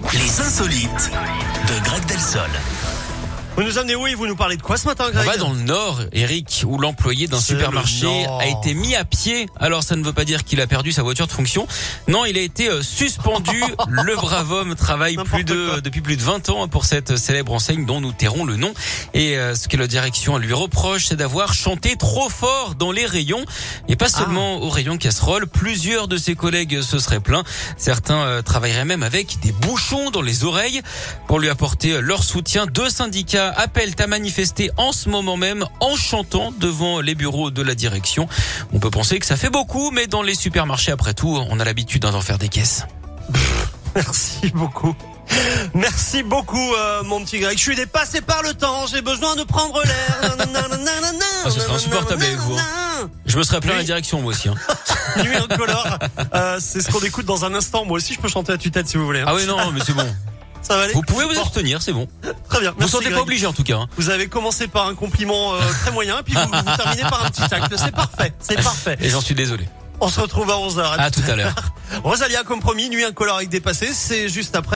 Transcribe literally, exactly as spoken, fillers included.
Les insolites de Greg Delsol. Vous nous amenez où et vous nous parlez de quoi ce matin, Greg? On va dans le Nord, Eric, où l'employé d'un C'est supermarché le Nord. a été mis à pied. Alors ça ne veut pas dire qu'il a perdu sa voiture de fonction. Non, il a été euh, suspendu. Le brave homme travaille plus de, depuis plus de vingt ans pour cette célèbre enseigne dont nous tairons le nom. Et euh, ce que la direction lui reproche, c'est d'avoir chanté trop fort dans les rayons. Et pas seulement ah. au rayon casserole. Plusieurs de ses collègues se seraient plaints. Certains euh, travailleraient même avec des bouchons dans les oreilles. Pour lui apporter leur soutien, deux syndicats appellent à manifester en ce moment même en chantant devant les bureaux de la direction. On peut penser que ça fait beaucoup, mais dans les supermarchés, après tout, on a l'habitude d'en faire des caisses. Merci beaucoup. Merci beaucoup, euh, mon petit Greg. Je suis dépassé par le temps, j'ai besoin de prendre l'air. Ah, ce serait insupportable avec vous. Hein. Je me serais plaint à la direction, moi aussi. Hein. Nuit incolore, euh, c'est ce qu'on écoute dans un instant. Moi aussi, je peux chanter à tue-tête si vous voulez. Hein. Ah oui, non, mais c'est bon. Ça va aller. Vous pouvez vous abstenir, c'est bon. Très bien. Vous ne Merci, sentez Greg. pas obligé en tout cas. Hein. Vous avez commencé par un compliment euh, très moyen, et puis vous, vous terminez par un petit tacle. C'est parfait, c'est parfait. Et j'en suis désolé. On se retrouve à onze heures. À tout à l'heure. Rosalia, comme promis, Nuit incolore avec Dépassé, c'est juste après.